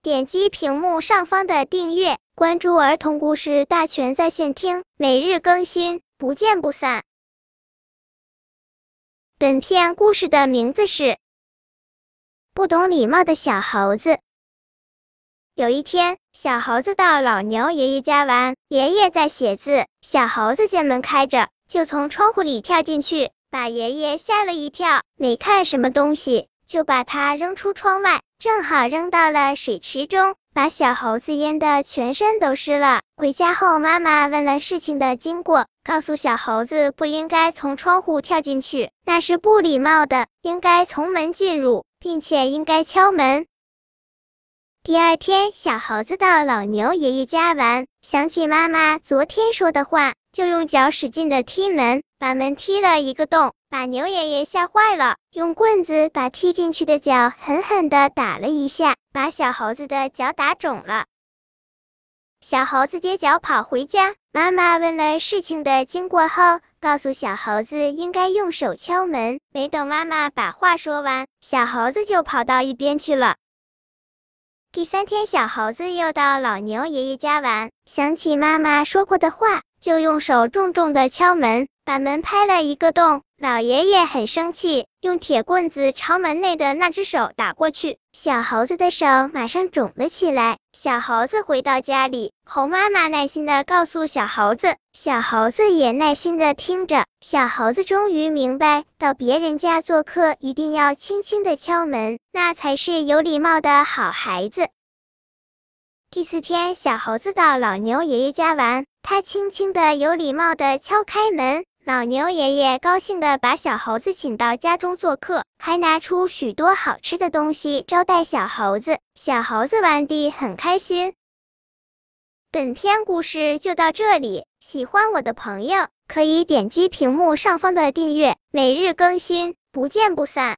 点击屏幕上方的订阅，关注儿童故事大全在线听，每日更新，不见不散。本片故事的名字是不懂礼貌的小猴子。有一天，小猴子到老牛爷爷家玩，爷爷在写字，小猴子见门开着，就从窗户里跳进去，把爷爷吓了一跳，没看什么东西，就把它扔出窗外，正好扔到了水池中，把小猴子淹得全身都湿了。回家后，妈妈问了事情的经过，告诉小猴子不应该从窗户跳进去，那是不礼貌的，应该从门进入，并且应该敲门。第二天，小猴子到老牛爷爷家玩，想起妈妈昨天说的话，就用脚使劲的踢门，把门踢了一个洞，把牛爷爷吓坏了，用棍子把踢进去的脚狠狠的打了一下，把小猴子的脚打肿了。小猴子跌脚跑回家，妈妈问了事情的经过后，告诉小猴子应该用手敲门，没等妈妈把话说完，小猴子就跑到一边去了。第三天，小猴子又到老牛爷爷家玩，想起妈妈说过的话，就用手重重的敲门，把门拍了一个洞。老爷爷很生气，用铁棍子朝门内的那只手打过去，小猴子的手马上肿了起来。小猴子回到家里，猴妈妈耐心的告诉小猴子，小猴子也耐心的听着。小猴子终于明白，到别人家做客一定要轻轻的敲门，那才是有礼貌的好孩子。第四天，小猴子到老牛爷爷家玩，他轻轻的有礼貌的敲开门，老牛爷爷高兴的把小猴子请到家中做客，还拿出许多好吃的东西招待小猴子，小猴子玩得很开心。本篇故事就到这里，喜欢我的朋友可以点击屏幕上方的订阅，每日更新，不见不散。